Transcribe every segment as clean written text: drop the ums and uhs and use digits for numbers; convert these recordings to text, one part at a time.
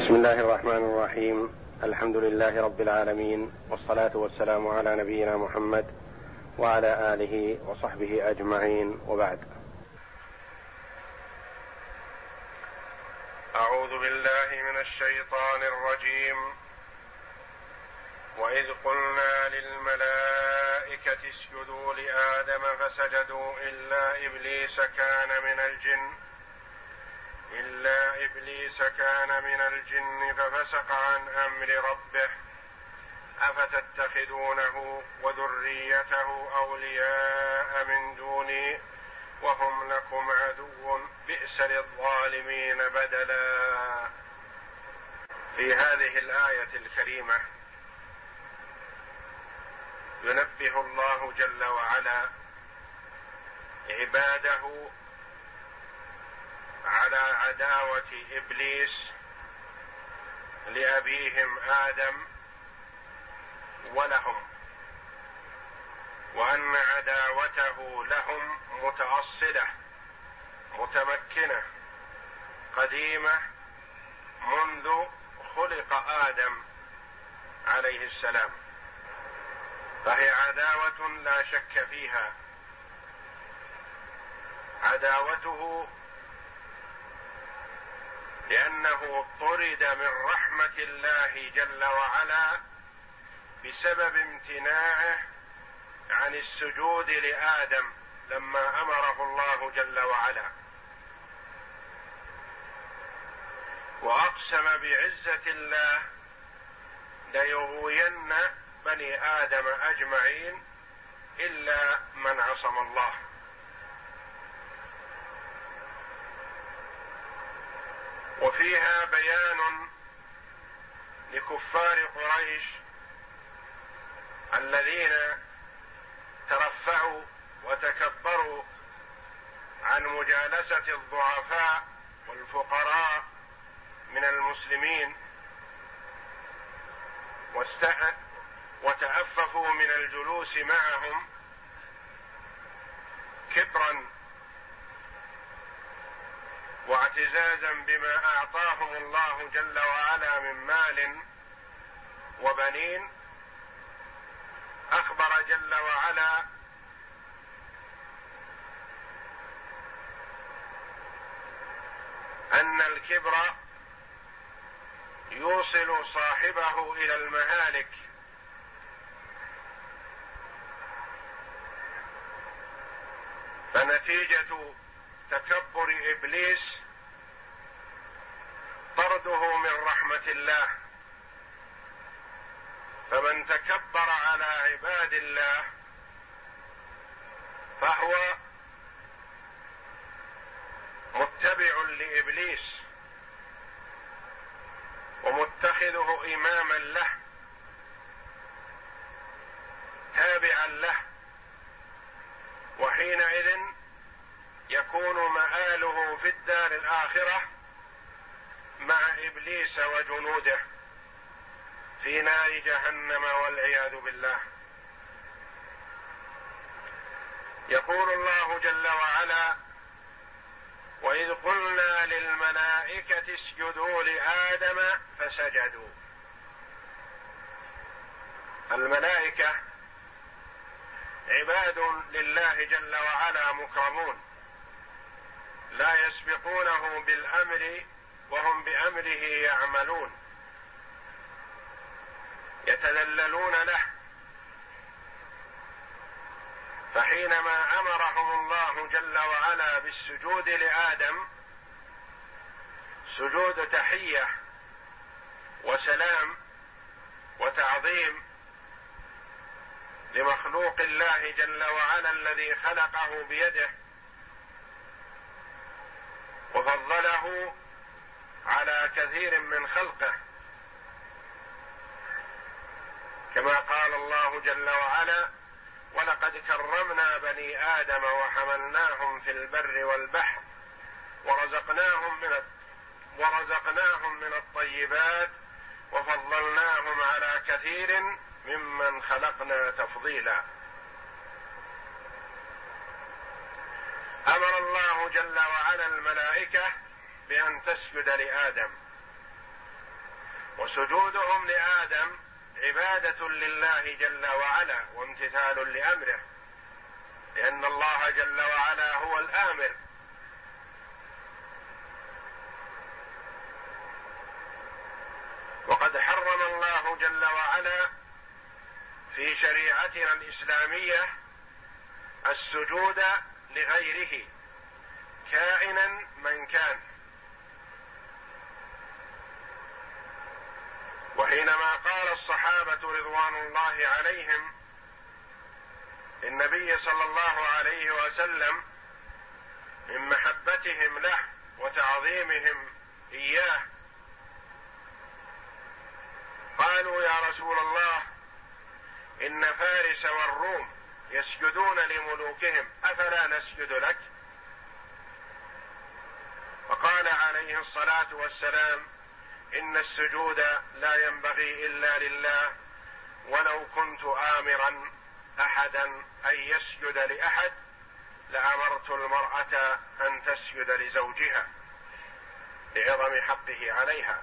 بسم الله الرحمن الرحيم. الحمد لله رب العالمين، والصلاة والسلام على نبينا محمد وعلى آله وصحبه أجمعين، وبعد. أعوذ بالله من الشيطان الرجيم. وإذ قلنا للملائكة اسجدوا لآدم فسجدوا إلا إبليس كان من الجن ففسق عن أمر ربه أفتتخذونه وذريته أولياء من دوني وهم لكم عدو بئس للظالمين بدلا. في هذه الآية الكريمة ينبه الله جل وعلا عباده على عداوة إبليس لأبيهم آدم ولهم، وأن عداوته لهم متأصلة متمكنة قديمة منذ خلق آدم عليه السلام، فهي عداوة لا شك فيها. عداوته لأنه طرد من رحمة الله جل وعلا بسبب امتناعه عن السجود لآدم لما أمره الله جل وعلا، وأقسم بعزة الله ليغوين بني آدم أجمعين إلا من عصم الله. وفيها بيان لكفار قريش الذين ترفعوا وتكبروا عن مجالسة الضعفاء والفقراء من المسلمين وتأففوا من الجلوس معهم كبرا واعتزازا بما أعطاهم الله جل وعلا من مال وبنين. أخبر جل وعلا أن الكبر يوصل صاحبه إلى المهالك، فنتيجة تكبر إبليس طرده من رحمة الله. فمن تكبر على عباد الله فهو متبع لإبليس ومتخذه إماما له تابعا له، وحينئذ يكون مآله في الدار الآخرة مع إبليس وجنوده في نار جهنم والعياذ بالله. يقول الله جل وعلا: وإذ قلنا للملائكة اسجدوا لآدم فسجدوا. الملائكة عباد لله جل وعلا مكرمون، لا يسبقونه بالأمر وهم بأمره يعملون، يتذللون له. فحينما أمرهم الله جل وعلا بالسجود لآدم سجود تحية وسلام وتعظيم لمخلوق الله جل وعلا الذي خلقه بيده وفضله على كثير من خلقه، كما قال الله جل وعلا: ولقد كرمنا بني آدم وحملناهم في البر والبحر ورزقناهم من الطيبات وفضلناهم على كثير ممن خلقنا تفضيلا. أمر الله جل وعلا الملائكة بأن تسجد لآدم، وسجودهم لآدم عبادة لله جل وعلا وامتثال لأمره، لأن الله جل وعلا هو الآمر. وقد حرم الله جل وعلا في شريعتنا الإسلامية السجود لغيره كائنا من كان. وحينما قال الصحابة رضوان الله عليهم للنبي صلى الله عليه وسلم من محبتهم له وتعظيمهم إياه، قالوا يا رسول الله إن فارس والروم يسجدون لملوكهم أفلا نسجد لك؟ فقال عليه الصلاة والسلام إن السجود لا ينبغي إلا لله، ولو كنت آمرا أحدا أن يسجد لأحد لأمرت المرأة أن تسجد لزوجها لعظم حقه عليها.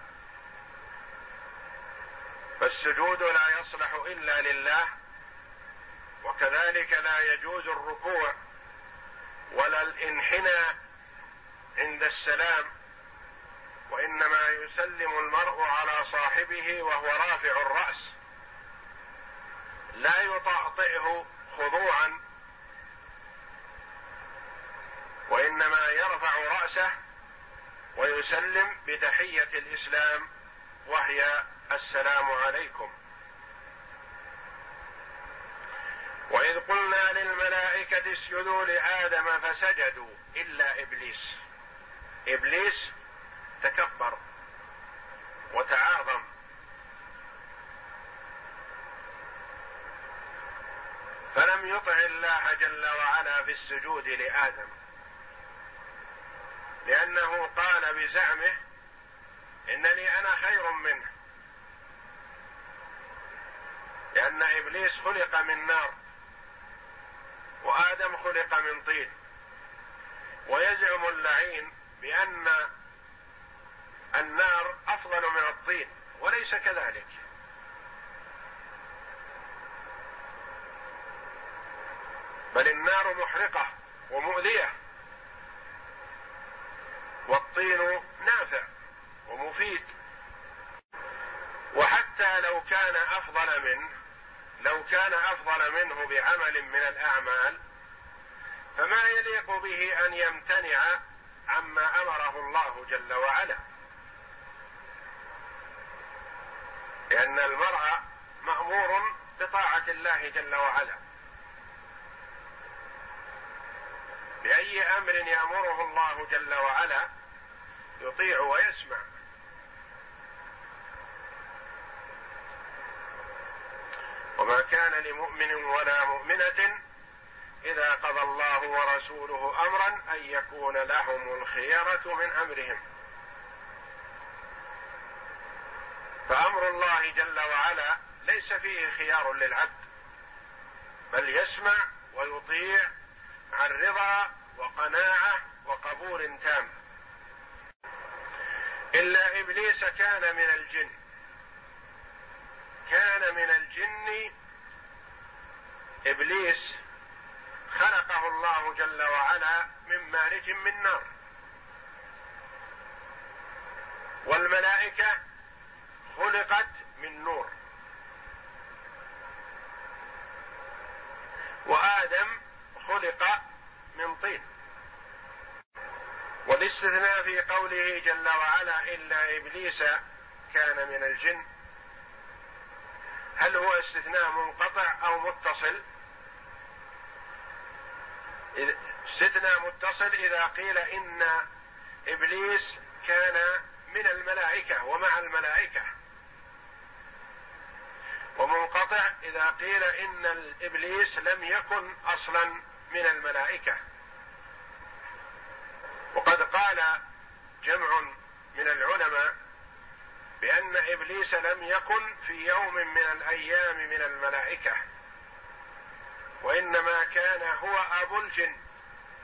فالسجود لا يصلح إلا لله، وكذلك لا يجوز الركوع ولا الانحناء عند السلام، وإنما يسلم المرء على صاحبه وهو رافع الرأس، لا يطأطئه خضوعا، وإنما يرفع رأسه ويسلم بتحية الإسلام وهي السلام عليكم. وإذ قلنا للملائكة اسجدوا لآدم فسجدوا إلا إبليس. إبليس تكبر وتعاظم، فلم يطع الله جل وعلا في السجود لآدم، لأنه قال بزعمه إنني أنا خير منه، لأن إبليس خلق من نار وآدم خلق من طين. ويزعم اللعين بأن النار أفضل من الطين، وليس كذلك، بل النار محرقة ومؤذية، والطين نافع ومفيد. وحتى لو كان أفضل منه بعمل من الأعمال، فما يليق به أن يمتنع عما أمره الله جل وعلا، لأن المرء مأمور بطاعة الله جل وعلا. بأي أمر يأمره الله جل وعلا يطيع ويسمع. وما كان لمؤمن ولا مؤمنة إذا قضى الله ورسوله أمرا أن يكون لهم الخيرة من أمرهم. فأمر الله جل وعلا ليس فيه خيار للعبد، بل يسمع ويطيع عن رضا وقناعة وقبول تام. إلا إبليس كان من الجن. إبليس خلقه الله جل وعلا من مارج من نار، والملائكة خلقت من نور، وآدم خلق من طين. والاستثناء في قوله جل وعلا إلا إبليس كان من الجن، هل هو استثناء منقطع أو متصل؟ استثناء متصل إذا قيل إن إبليس كان من الملائكة ومع الملائكة، ومنقطع إذا قيل إن الإبليس لم يكن أصلا من الملائكة. وقد قال جمع من العلماء بأن إبليس لم يكن في يوم من الأيام من الملائكة، وإنما كان هو أبو الجن،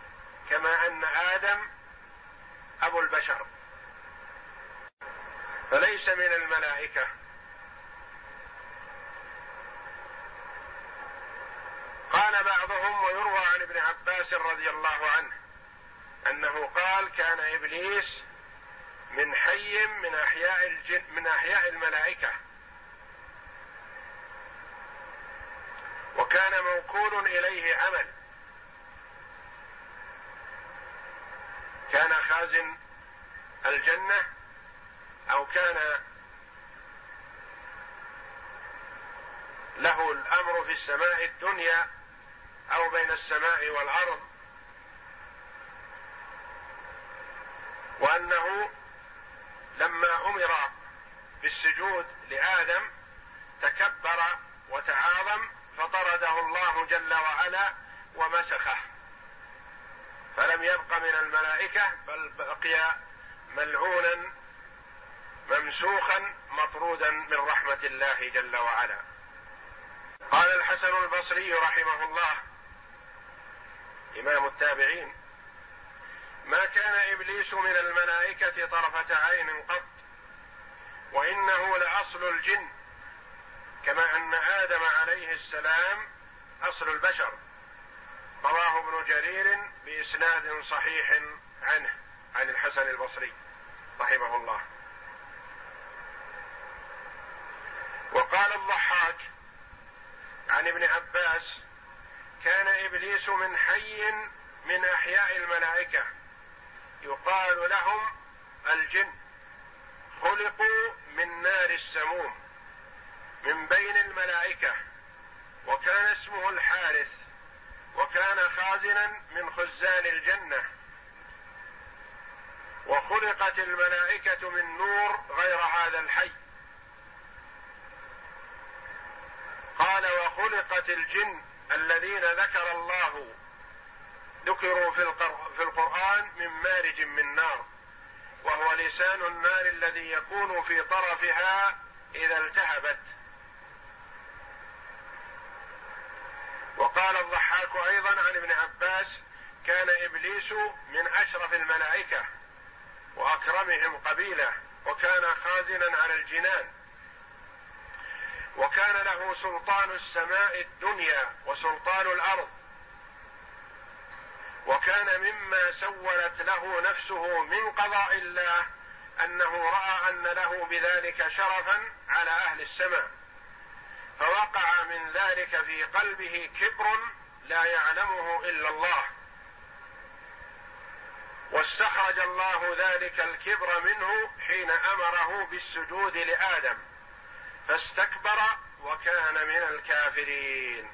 كما أن آدم أبو البشر. فليس من الملائكة. قال بعضهم، ويروى عن ابن عباس رضي الله عنه أنه قال: كان إبليس من حي من أحياء الملائكة، وكان موكول إليه عمل، كان خازن الجنة، أو كان له الأمر في السماء الدنيا أو بين السماء والأرض، وأنه لما أمر بالسجود لآدم تكبر وتعاظم فطرده الله جل وعلا ومسخه، فلم يبق من الملائكة، بل بقي ملعونا ممسوخا مطرودا من رحمة الله جل وعلا. قال الحسن البصري رحمه الله إمام التابعين: ما كان إبليس من الملائكة طرفة عين قط، وإنه لأصل الجن، كما أن آدم عليه السلام أصل البشر. رواه ابن جرير بإسناد صحيح عنه عن الحسن البصري رحمه الله. وقال الضحاك عن ابن عباس: كان إبليس من حي من أحياء الملائكة يقال لهم الجن، خلقوا من نار السموم من بين الملائكة، وكان اسمه الحارث، وكان خازنا من خزان الجنة، وخلقت الملائكة من نور غير هذا الحي. قال: وخلقت الجن الذين ذكروا في القرآن من مارج من نار، وهو لسان النار الذي يكون في طرفها إذا التهبت. وقال الضحاك أيضا عن ابن عباس: كان إبليس من أشرف الملائكة وأكرمهم قبيلة، وكان خازنا على الجنان، وكان له سلطان السماء الدنيا وسلطان الأرض، وكان مما سولت له نفسه من قضاء الله أنه رأى أن له بذلك شرفا على أهل السماء، فوقع من ذلك في قلبه كبر لا يعلمه إلا الله، واستخرج الله ذلك الكبر منه حين أمره بالسجود لآدم، فاستكبر وكان من الكافرين.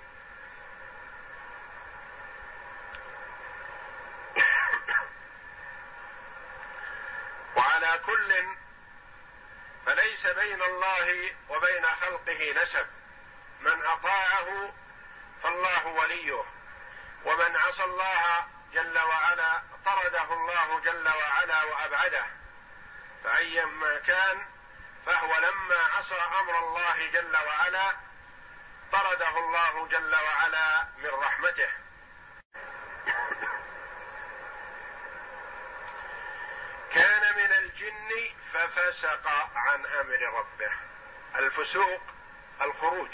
وعلى كل فليس بين الله وبين خلقه نسب، من أطاعه فالله وليه، ومن عصى الله جل وعلا طرده الله جل وعلا وأبعده، فأيما كان فهو لما عصى أمر الله جل وعلا طرده الله جل وعلا من رحمته. كان من الجن ففسق عن أمر ربه. الفسوق الخروج،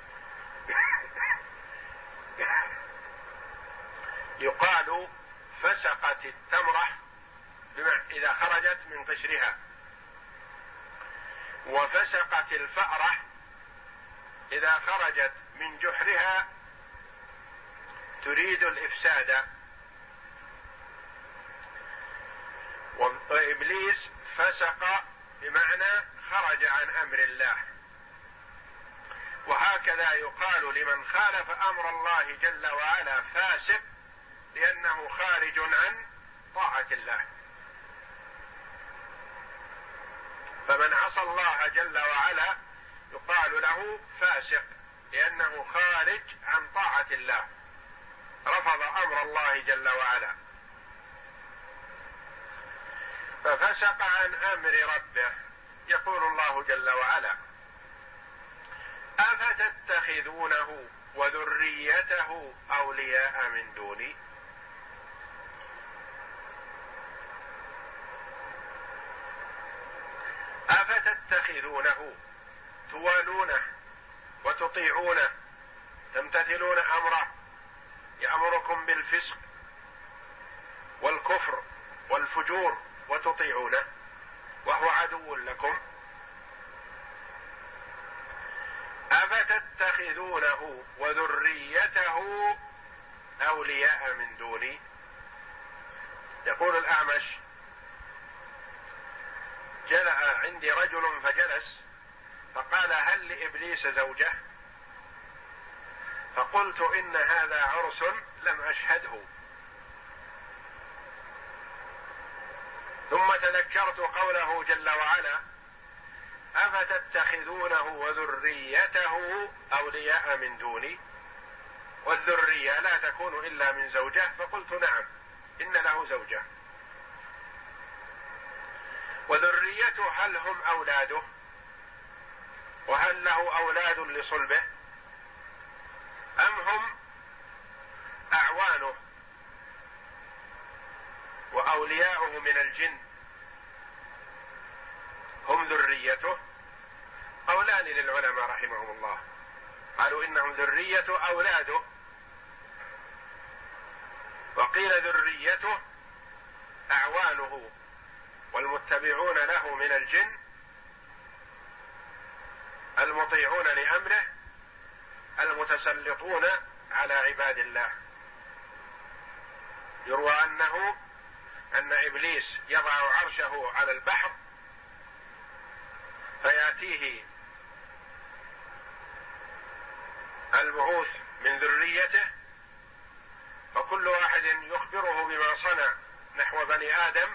يقال فسقت التمرة إذا خرجت من قشرها، وفسقت الفأرة إذا خرجت من جحرها تريد الإفساد. وإبليس فسق بمعنى خرج عن أمر الله، وهكذا يقال لمن خالف أمر الله جل وعلا فاسق، لأنه خارج عن طاعة الله. فمن عصى الله جل وعلا يقال له فاسق، لأنه خارج عن طاعة الله، رفض أمر الله جل وعلا. ففسق عن أمر ربه. يقول الله جل وعلا: أفتتخذونه وذريته أولياء من دوني. تتخذونه توالونه وتطيعونه، تمتثلون أمره، يأمركم بالفسق والكفر والفجور وتطيعونه وهو عدو لكم. أفتتخذونه وذريته أولياء من دوني. يقول الأعمش: جاء عندي رجل فجلس فقال: هل لإبليس زوجة؟ فقلت: إن هذا عرس لم أشهده. ثم تذكرت قوله جل وعلا: أفتتخذونه وذريته أولياء من دوني، والذرية لا تكون إلا من زوجة، فقلت: نعم، إن له زوجة. وذريته هل هم أولاده؟ وهل له أولاد لصلبه؟ أم هم أعوانه وأولياؤه من الجن هم ذريته؟ قولان للعلماء رحمهم الله، قالوا إنهم ذرية أولاده، وقيل ذريته أعوانه والمتبعون له من الجن المطيعون لأمره المتسلطون على عباد الله. يروى أن إبليس يضع عرشه على البحر فيأتيه البعوث من ذريته، فكل واحد يخبره بما صنع نحو بني آدم،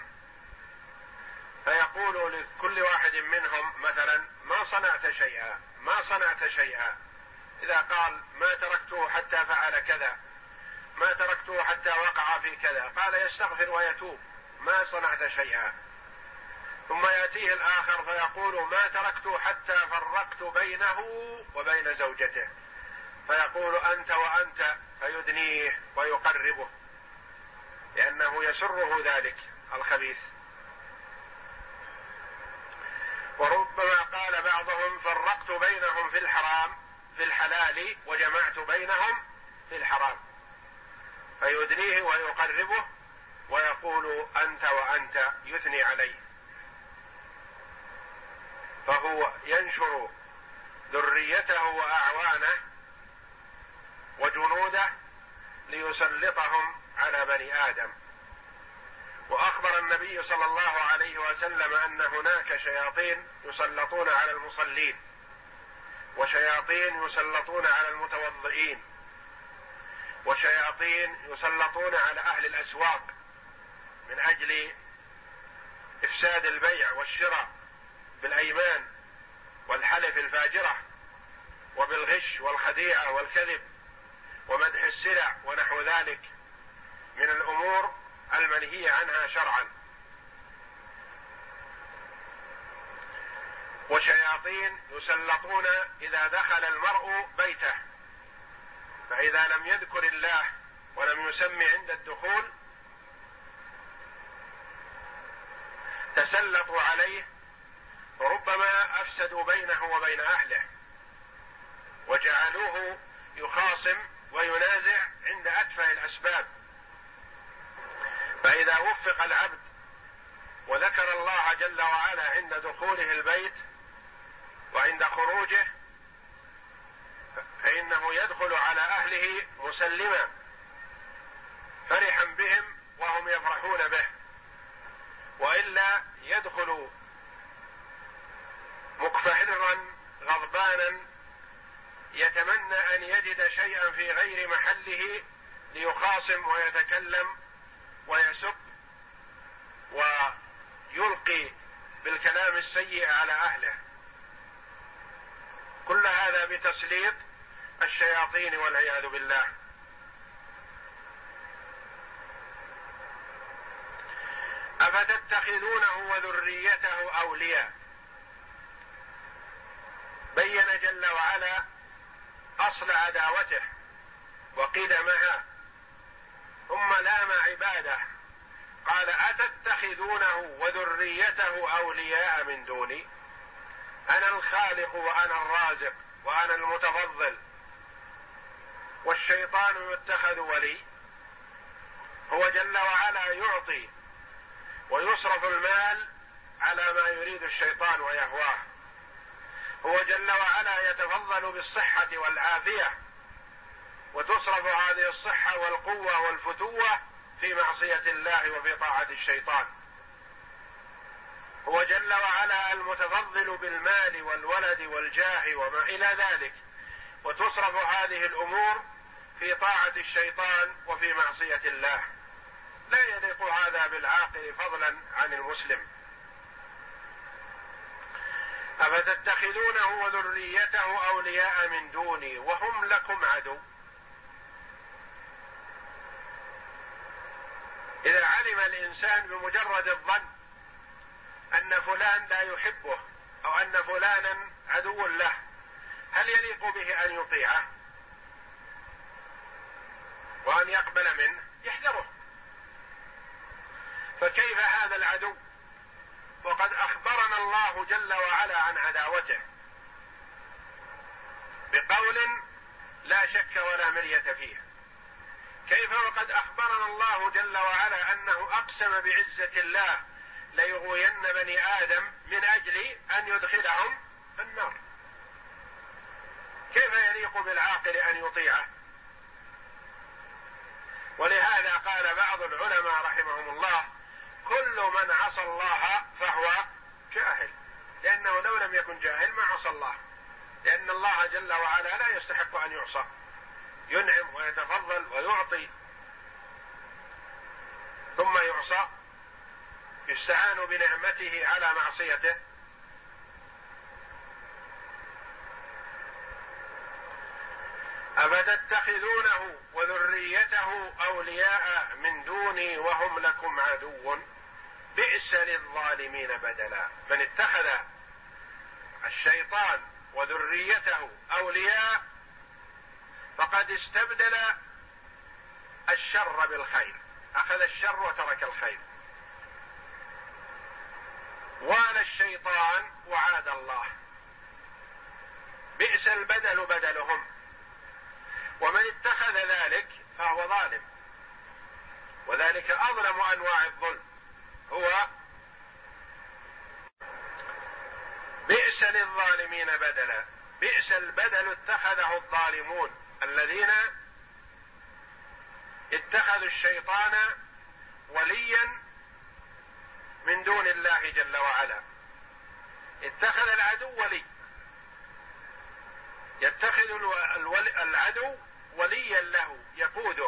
فيقول لكل واحد منهم مثلا: ما صنعت شيئا، ما صنعت شيئا. إذا قال: ما تركته حتى فعل كذا، ما تركته حتى وقع في كذا، قال يستغفر ويتوب: ما صنعت شيئا. ثم يأتيه الآخر فيقول: ما تركته حتى فرقت بينه وبين زوجته، فيقول: أنت وأنت، فيدنيه ويقربه لأنه يسره ذلك الخبيث. وربما قال بعضهم: فرقت بينهم في الحرام في الحلال وجمعت بينهم في الحرام، فيدنيه ويقربه ويقول: أنت وأنت، يثني عليه. فهو ينشر ذريته وأعوانه وجنوده ليسلطهم على بني آدم. وأخبر النبي صلى الله عليه وسلم أن هناك شياطين يسلطون على المصلين، وشياطين يسلطون على المتوضئين، وشياطين يسلطون على أهل الأسواق من أجل إفساد البيع والشراء بالأيمان والحلف الفاجرة وبالغش والخديعة والكذب ومدح السلع ونحو ذلك من الأمور المنهية عنها شرعا. وشياطين يسلطون إذا دخل المرء بيته، فإذا لم يذكر الله ولم يسمي عند الدخول تسلطوا عليه، وربما أفسدوا بينه وبين أهله وجعلوه يخاصم وينازع عند أتفه الأسباب. فإذا وفق العبد وذكر الله جل وعلا عند دخوله البيت وعند خروجه فإنه يدخل على أهله مسلما فرحا بهم وهم يفرحون به، وإلا يدخل مكفحرا غضبانا يتمنى أن يجد شيئا في غير محله ليخاصم ويتكلم ويسب ويلقي بالكلام السيء على أهله. كل هذا بتسليط الشياطين والعياذ بالله. أفتتخذونه وذريته أولياء. بين جل وعلا أصل عداوته وقدمها، ثم لام عباده قال: أتتخذونه وذريته أولياء من دوني. أنا الخالق وأنا الرازق وأنا المتفضل، والشيطان يتخذ ولي. هو جل وعلا يعطي ويصرف المال على ما يريد الشيطان ويهواه. هو جل وعلا يتفضل بالصحة والعافية، وتصرف هذه الصحة والقوة والفتوة في معصية الله وفي طاعة الشيطان. هو جل وعلا المتفضل بالمال والولد والجاه وما إلى ذلك، وتصرف هذه الأمور في طاعة الشيطان وفي معصية الله. لا يليق هذا بالعاقل فضلا عن المسلم. أفتتخذونه وذريته أولياء من دوني وهم لكم عدو. إذا علم الإنسان بمجرد الظن أن فلان لا يحبه أو أن فلانا عدو له، هل يليق به أن يطيعه وأن يقبل منه؟ يحذره. فكيف هذا العدو وقد أخبرنا الله جل وعلا عن عداوته بقول لا شك ولا مرية فيه؟ كيف وقد أخبرنا الله جل وعلا أنه أقسم بعزة الله ليغوين بني آدم من أجل أن يدخلهم النار؟ كيف يليق بالعاقل أن يطيعه؟ ولهذا قال بعض العلماء رحمهم الله: كل من عصى الله فهو جاهل، لأنه لو لم يكن جاهل ما عصى الله، لأن الله جل وعلا لا يستحق أن يعصى، ينعم ويتفضل ويعطي ثم يعصى، يستعان بنعمته على معصيته. أفتتخذونه وذريته أولياء من دوني وهم لكم عدو بئس للظالمين بدلا. من اتخذ الشيطان وذريته أولياء فقد استبدل الشر بالخير، أخذ الشر وترك الخير، والى الشيطان وعاد الله. بئس البدل بدلهم. ومن اتخذ ذلك فهو ظالم، وذلك أظلم أنواع الظلم. هو بئس للظالمين بدلا. بئس البدل اتخذه الظالمون الذين اتخذوا الشيطان وليا من دون الله جل وعلا. اتخذ العدو ولي، يتخذ العدو وليا له يقوده.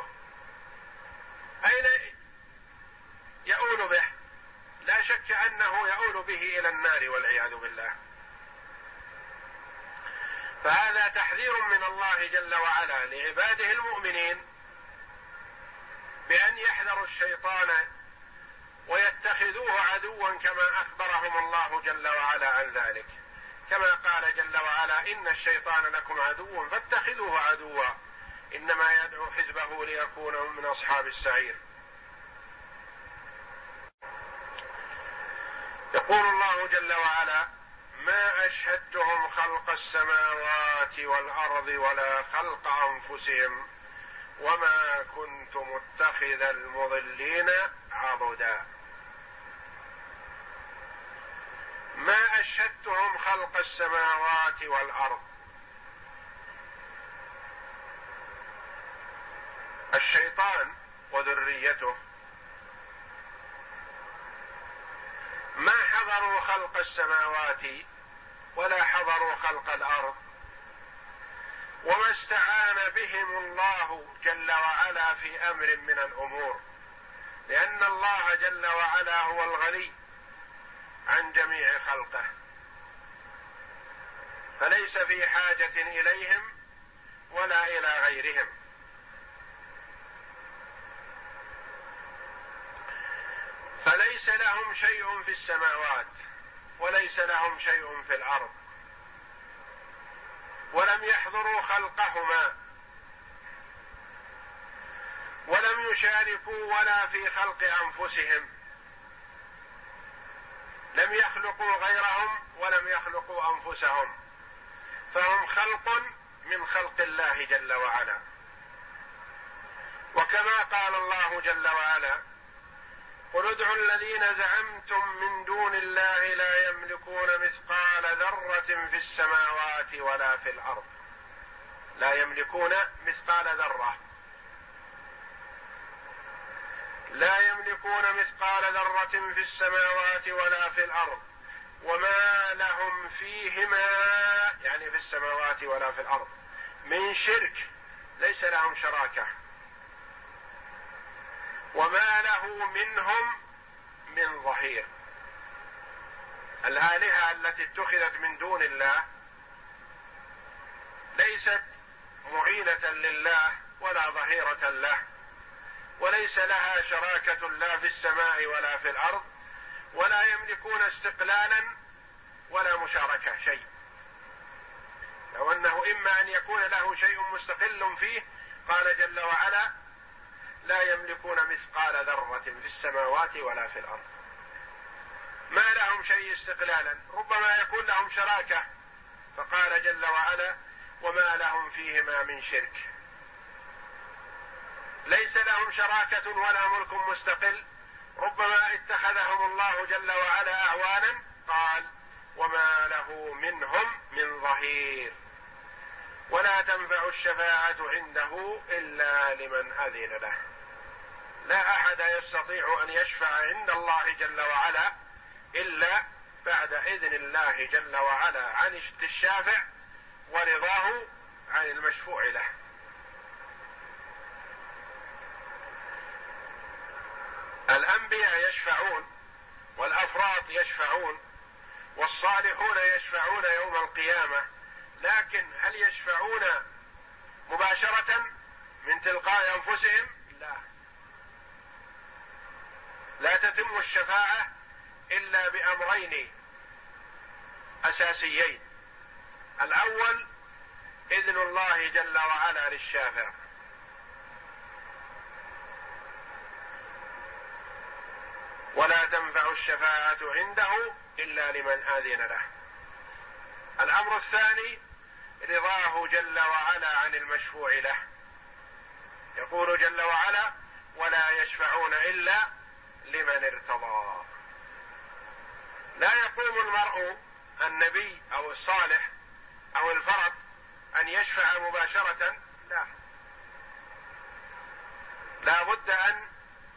أين يؤول به؟ لا شك أنه يؤول به إلى النار والعياذ بالله. فهذا تحذير من الله جل وعلا لعباده المؤمنين بأن يحذروا الشيطان ويتخذوه عدوا كما أخبرهم الله جل وعلا عن ذلك، كما قال جل وعلا: إن الشيطان لكم عدو فاتخذوه عدوا إنما يدعو حزبه ليكونوا من أصحاب السعير. يقول الله جل وعلا: ما أشهدتهم خلق السماوات والأرض ولا خلق أنفسهم وما كنت متخذ المضلين عضدا. ما أشهدتهم خلق السماوات والأرض. الشيطان وذريته ما حضروا خلق السماوات ولا حضروا خلق الأرض، وما استعان بهم الله جل وعلا في أمر من الأمور، لأن الله جل وعلا هو الغني عن جميع خلقه، فليس في حاجة إليهم ولا إلى غيرهم. فليس لهم شيء في السماوات وليس لهم شيء في الأرض، ولم يحضروا خلقهما ولم يشاركوا ولا في خلق أنفسهم، لم يخلقوا غيرهم ولم يخلقوا أنفسهم، فهم خلق من خلق الله جل وعلا. وكما قال الله جل وعلا: قل ادعوا الذين زعمتم من دون الله لا يملكون مثقال ذرة في السماوات ولا في الأرض. لا يملكون مثقال ذرة، لا يملكون مثقال ذرة في السماوات ولا في الأرض وما لهم فيهما، يعني في السماوات ولا في الأرض، من شرك، ليس لهم شراكة، وما له منهم من ظهير. الآلهة التي اتخذت من دون الله ليست معينة لله ولا ظهيرة له، وليس لها شراكة لا في السماء ولا في الأرض، ولا يملكون استقلالا ولا مشاركة شيء. لو أنه إما أن يكون له شيء مستقل فيه، قال جل وعلا: لا يملكون مثقال ذرة في السماوات ولا في الأرض. ما لهم شيء استقلالا، ربما يكون لهم شراكة، فقال جل وعلا: وما لهم فيهما من شرك. ليس لهم شراكة ولا ملك مستقل، ربما اتخذهم الله جل وعلا أعوانا، قال: وما له منهم من ظهير ولا تنفع الشفاعة عنده إلا لمن أذن له. لا أحد يستطيع أن يشفع عند الله جل وعلا إلا بعد إذن الله جل وعلا عن الشافع ورضاه عن المشفوع له. الأنبياء يشفعون، والأفراد يشفعون، والصالحون يشفعون يوم القيامة، لكن هل يشفعون مباشرة من تلقاء أنفسهم؟ لا تتم الشفاعة إلا بأمرين أساسيين: الأول إذن الله جل وعلا للشافع، ولا تنفع الشفاعة عنده إلا لمن آذن له. الأمر الثاني رضاه جل وعلا عن المشفوع له. يقول جل وعلا: ولا يشفعون إلا لمن ارتضى. لا يقوم المرء، النبي أو الصالح أو الفرد، أن يشفع مباشرة، لا بد أن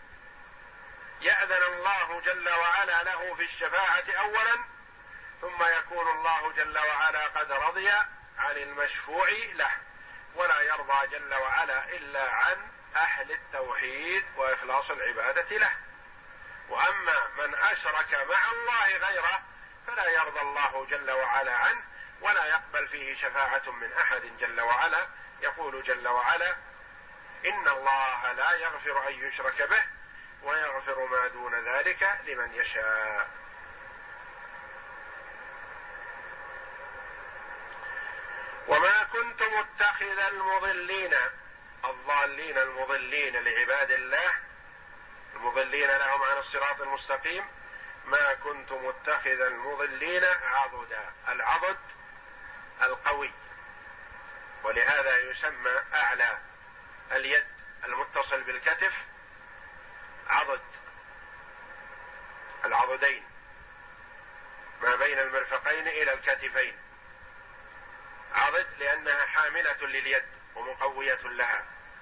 يأذن الله جل وعلا له في الشفاعة أولا، ثم يكون الله جل وعلا قد رضي عن المشفوع له. ولا يرضى جل وعلا إلا عن أهل التوحيد وإخلاص العبادة له. وأما من أشرك مع الله غيره فلا يرضى الله جل وعلا عنه، ولا يقبل فيه شفاعة من أحد جل وعلا. يقول جل وعلا: إن الله لا يغفر أن يشرك به ويغفر ما دون ذلك لمن يشاء. وما كنت متخذ المضلين، الضالين المضلين لعباد الله، المضلين لهم عن الصراط المستقيم، ما كنت متخذ المضلين عضدا. العضد القوي، ولهذا يسمى أعلى اليد المتصل بالكتف عضد، العضدين ما بين المرفقين إلى الكتفين عضد، لأنها حاملة لليد ومقوية لها.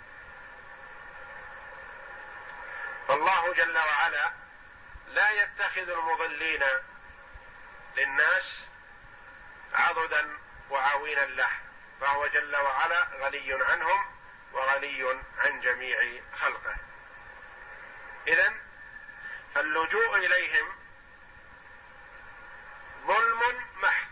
فالله جل وعلا لا يتخذ المضلين للناس عضدا وعاوينا له، فهو جل وعلا غني عنهم وغني عن جميع خلقه. إذن فاللجوء إليهم ظلم محض،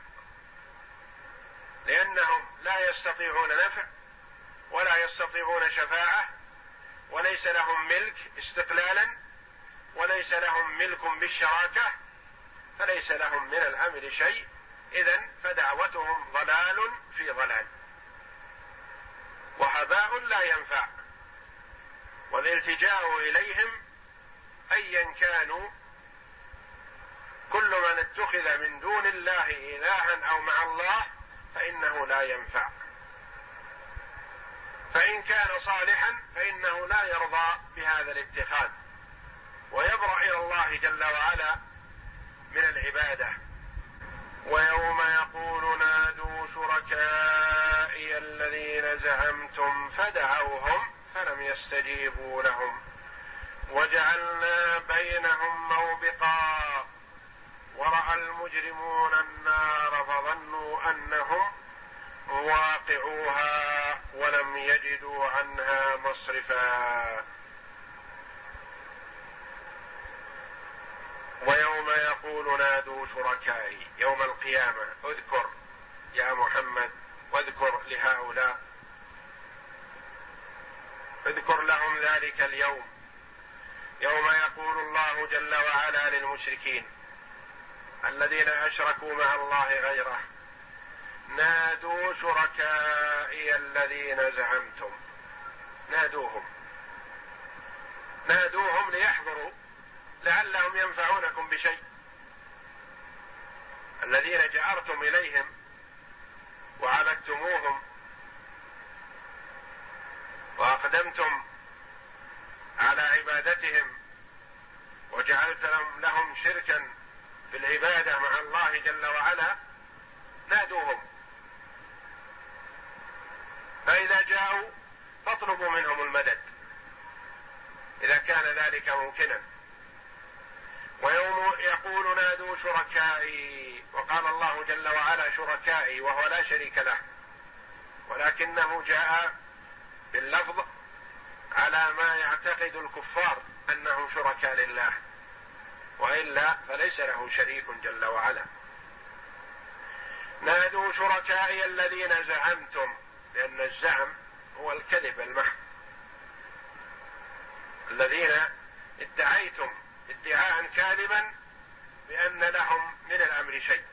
لأنهم لا يستطيعون نفع ولا يستطيعون شفاعة، وليس لهم ملك استقلالا، وليس لهم ملك بالشراكة، فليس لهم من الأمر شيء. إذن فدعوتهم ضلال في ضلال وهباء لا ينفع. والالتجاء إليهم أيا كانوا كل من اتخذ من دون الله إلها أو مع الله فإنه لا ينفع، فإن كان صالحا فإنه لا يرضى بهذا الاتخاذ ويبرأ إلى الله جل وعلا من العبادة. ويوم يقول نادوا شركائي الذين زعمتم فدعوهم فلم يستجيبوا لهم وجعلنا بينهم موبقا ورأى المجرمون النار فظنوا أنهم واقعوها ولم يجدوا عنها مصرفا. ويوم يقول نادوا شركائي، يوم القيامة اذكر يا محمد واذكر لهؤلاء، اذكر لهم ذلك اليوم، يوم يقول الله جل وعلا للمشركين الذين أشركوا مع الله غيره نادوا شركائي الذين زعمتم، نادوهم ليحضروا لعلهم ينفعونكم بشيء، الذين جأرتم إليهم وعبدتموهم وأقدمتم على عبادتهم وجعلتم لهم شركا في العبادة مع الله جل وعلا، نادوهم، فإذا جاءوا فاطلبوا منهم المدد إذا كان ذلك ممكنا. ويوم يقول نادوا شركائي، وقال الله جل وعلا شركائي وهو لا شريك له، ولكنه جاء باللفظ على ما يعتقد الكفار أنهم شركاء لله، وإلا فليس له شريك جل وعلا. نادوا شركائي الذين زعمتم، لأن الزعم هو الكذب المحض، الذين ادعيتم ادعاء كاذبا بأن لهم من الأمر شيء.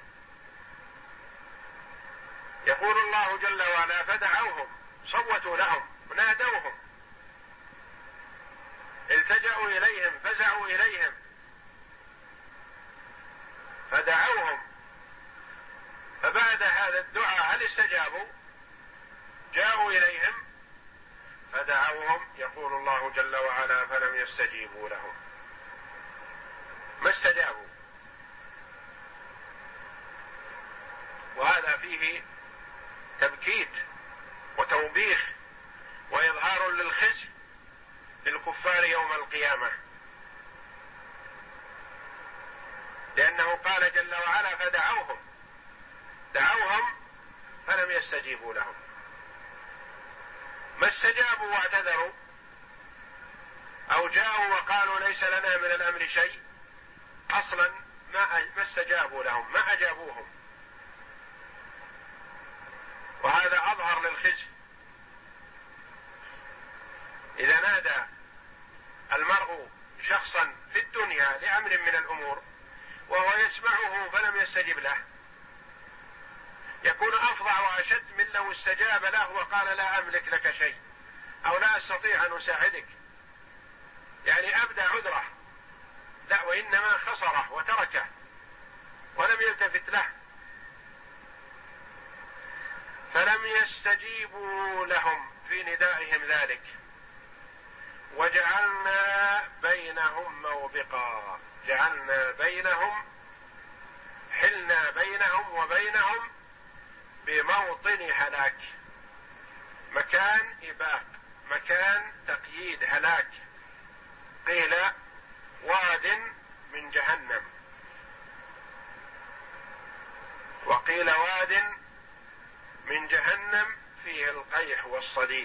يقول الله جل وعلا فدعوهم، صوتوا لهم ونادوهم، التجأوا إليهم، فزعوا إليهم، فدعوهم، فبعد هذا الدعاء هل استجابوا؟ جاءوا إليهم فدعوهم، يقول الله جل وعلا فلم يستجيبوا لهم، ما استجابوا. وهذا فيه تبكيت وتوبيخ وإظهار للخزي للكفار يوم القيامة، لأنه قال جل وعلا فدعوهم، دعوهم فلم يستجيبوا لهم، ما استجابوا واعتذروا أو جاءوا وقالوا ليس لنا من الأمر شيء، أصلا ما استجابوا لهم، ما أجابوهم، وهذا أظهر للخزي. إذا نادى المرء شخصا في الدنيا لأمر من الأمور وهو يسمعه فلم يستجب له، يكون أفظع وأشد من لو استجاب له وقال لا أملك لك شيء أو لا أستطيع أن أساعدك، يعني أبدى عذره، لا وإنما خسره وتركه ولم يلتفت له. فلم يستجيبوا لهم في ندائهم ذلك، وجعلنا بينهم موبقا، جعلنا بينهم، حلنا بينهم وبينهم بموطن هلاك، مكان إباق، مكان تقييد هلاك، قيل واد من جهنم وقيل واد من جهنم فيه القيح والصديد.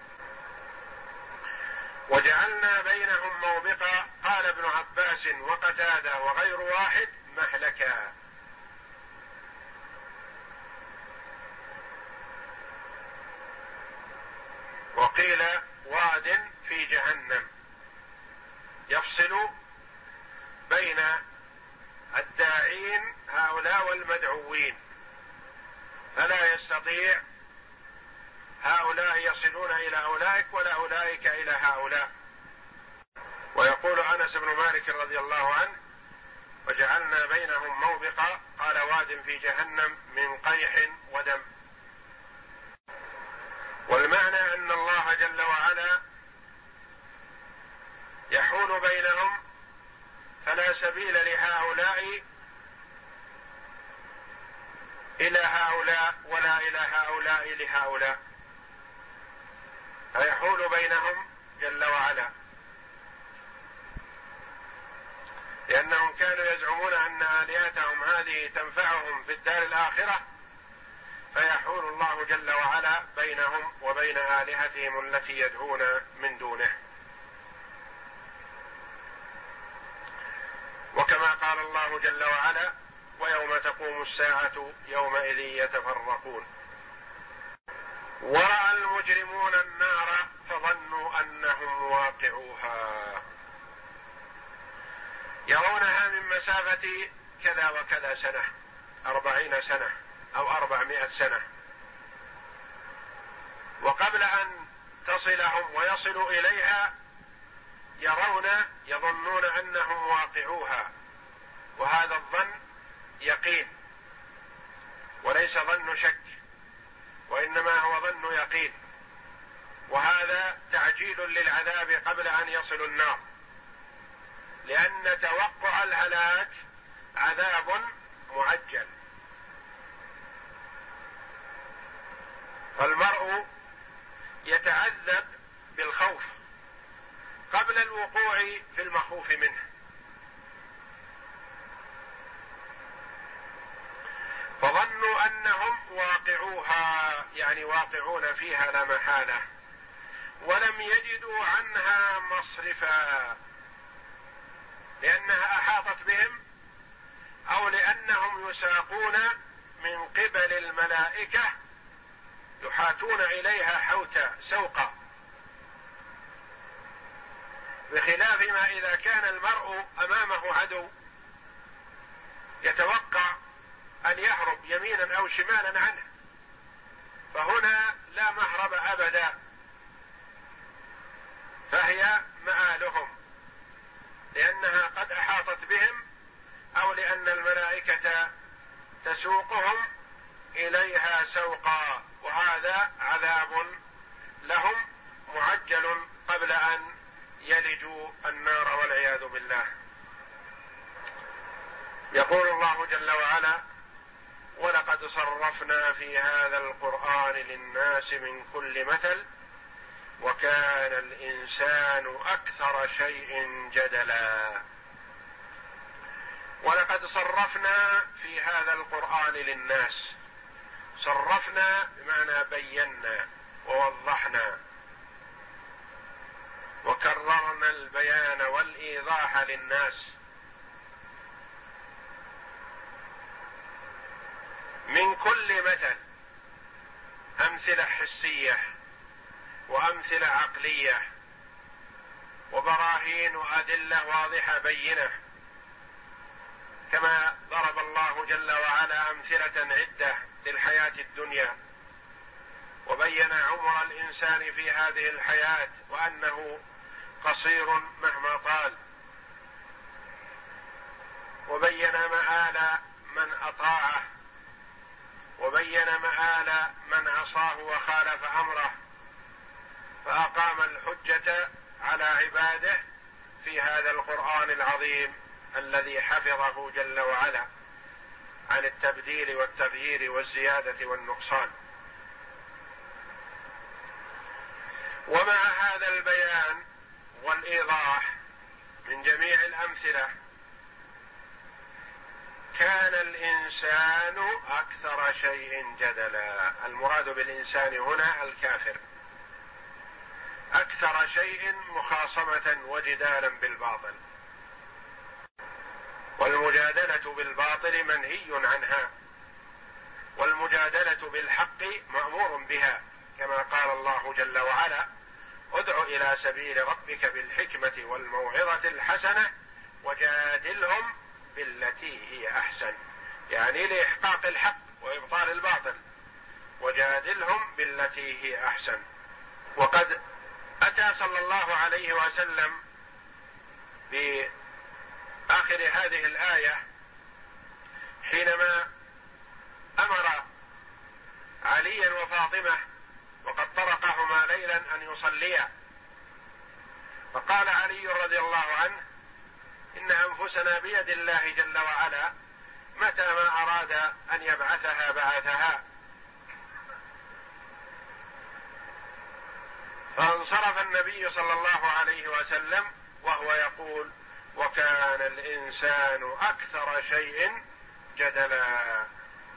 وجعلنا بينهم موبقا، قال ابن عباس وقتادة وغير واحد مهلكا، وقيل واد في جهنم يفصل بين الداعين هؤلاء والمدعوين، فلا يستطيع هؤلاء يصلون إلى أولئك ولا أولئك إلى هؤلاء. ويقول أنس بن مالك رضي الله عنه وجعلنا بينهم موبقا قال واد في جهنم من قيح ودم. والمعنى أن الله جل وعلا يحول بينهم، فلا سبيل لهؤلاء إلى هؤلاء ولا إلى هؤلاء لهؤلاء، فيحول بينهم جل وعلا، لأنهم كانوا يزعمون أن آلهتهم هذه تنفعهم في الدار الآخرة، فيحول الله جل وعلا بينهم وبين آلهتهم التي يدعون من دونه. وكما قال الله جل وعلا ويوم تقوم الساعة يومئذ يتفرقون. ورأى المجرمون النار فظنوا أنهم واقعوها، يرونها من مسافة كذا وكذا سنة، 40 سنة أو 400 سنة، وقبل أن تصلهم ويصلوا إليها يظنون أنهم واقعوها، وهذا الظن يقين وليس ظن شك، وإنما هو ظن يقين، وهذا تعجيل للعذاب قبل أن يصلوا النار، لأن توقع الهلاك عذاب معجل. فالمرء يتعذب بالخوف قبل الوقوع في المخوف منه، فظنوا أنهم واقعوها، يعني واقعون فيها لا محالة، ولم يجدوا عنها مصرفا، لأنها أحاطت بهم أو لأنهم يساقون من قبل الملائكة، يحاتون إليها حوتا سوقا، بخلاف ما إذا كان المرء أمامه عدو يتوقع أن يهرب يمينا أو شمالا عنه، فهنا لا مهرب أبدا، فهي مآلهم، لأنها قد أحاطت بهم أو لأن الملائكة تسوقهم إليها سوقا، وهذا عذاب لهم معجل قبل أن يلجوا النار والعياذ بالله. يقول الله جل وعلا ولقد صرفنا في هذا القرآن للناس من كل مثل وكان الإنسان أكثر شيء جدلا. ولقد صرفنا في هذا القرآن للناس، صرفنا بمعنى بينا ووضحنا وكررنا البيان والإيضاح للناس من كل مثل، أمثلة حسية وأمثلة عقلية وبراهين وأدلة واضحة بينة، كما ضرب الله جل وعلا أمثلة عدة للحياة الدنيا، وبين عمر الإنسان في هذه الحياة وأنه قصير مهما طال، وبين مآل من أطاعه، وبين مآل من عصاه وخالف أمره، فأقام الحجة على عباده في هذا القرآن العظيم الذي حفظه جل وعلا عن التبديل والتغيير والزيادة والنقصان. ومع هذا البيان والإيضاح من جميع الأمثلة كان الإنسان أكثر شيء جدلا. المراد بالإنسان هنا الكافر، أكثر شيء مخاصمة وجدالا بالباطل، والمجادلة بالباطل منهي عنها، والمجادلة بالحق مأمور بها، كما قال الله جل وعلا ادع إلى سبيل ربك بالحكمة والموعظة الحسنة وجادلهم بالتي هي أحسن، يعني لإحقاق الحق وإبطال الباطل، وجادلهم بالتي هي أحسن. وقد أتى صلى الله عليه وسلم آخر هذه الآية حينما أمر عليا وفاطمة وقد طرقهما ليلا أن يصليا، فقال علي رضي الله عنه: إن أنفسنا بيد الله جل وعلا، متى ما أراد أن يبعثها بعثها. فانصرف النبي صلى الله عليه وسلم وهو يقول: وكان الإنسان أكثر شيء جدلا.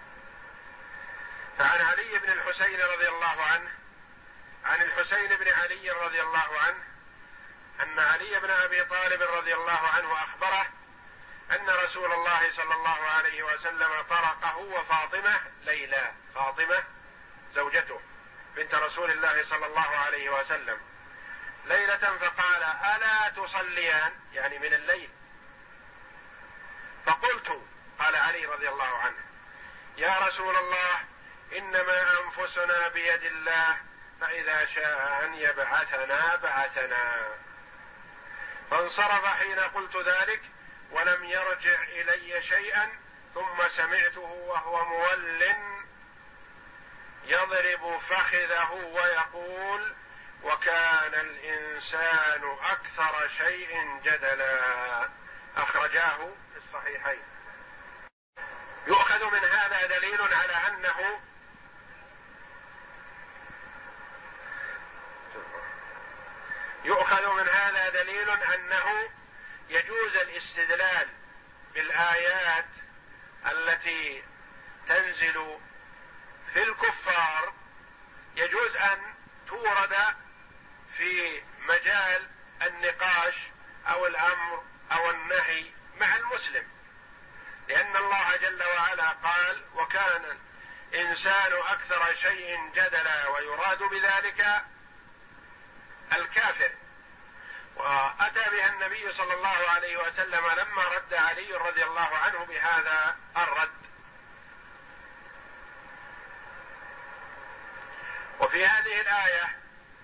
فعن علي بن الحسين رضي الله عنه عن الحسين بن علي رضي الله عنه أن علي بن أبي طالب رضي الله عنه أخبره أن رسول الله صلى الله عليه وسلم طرقه وفاطمة ليلا، فاطمة زوجته بنت رسول الله صلى الله عليه وسلم ليلة، فقال: ألا تصليان؟ يعني من الليل. فقلت، قال علي رضي الله عنه: يا رسول الله، إنما أنفسنا بيد الله، فإذا شاء أن يبعثنا بعثنا. فانصرف حين قلت ذلك ولم يرجع إلي شيئا، ثم سمعته وهو مول يضرب فخذه ويقول: وكان الإنسان أكثر شيء جدلا. أخرجاه في الصحيحين. يؤخذ من هذا دليل على أنه يجوز الاستدلال بالآيات التي تنزل في الكفار، يجوز أن تورد في مجال النقاش أو الأمر أو النهي مع المسلم، لأن الله جل وعلا قال: وكان الإنسان أكثر شيء جدلا، ويراد بذلك الكافر. وأتى بها النبي صلى الله عليه وسلم لما رد علي رضي الله عنه بهذا الرد. وفي هذه الآية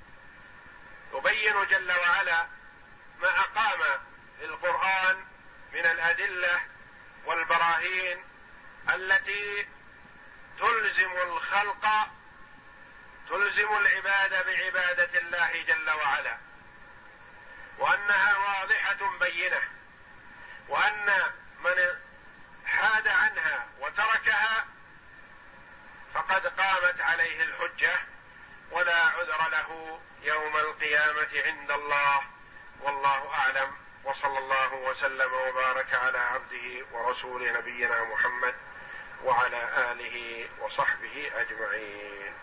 يبين جل وعلا ما أقام في القرآن من الأدلة والبراهين التي تلزم الخلق، تلزم العباد بعبادة الله جل وعلا، وأنها واضحة بينة، وأن من حاد عنها وتركها فقد قامت عليه الحجة ولا عذر له يوم القيامة عند الله. والله أعلم، وصلى الله وسلم وبارك على عبده ورسوله نبينا محمد وعلى آله وصحبه أجمعين.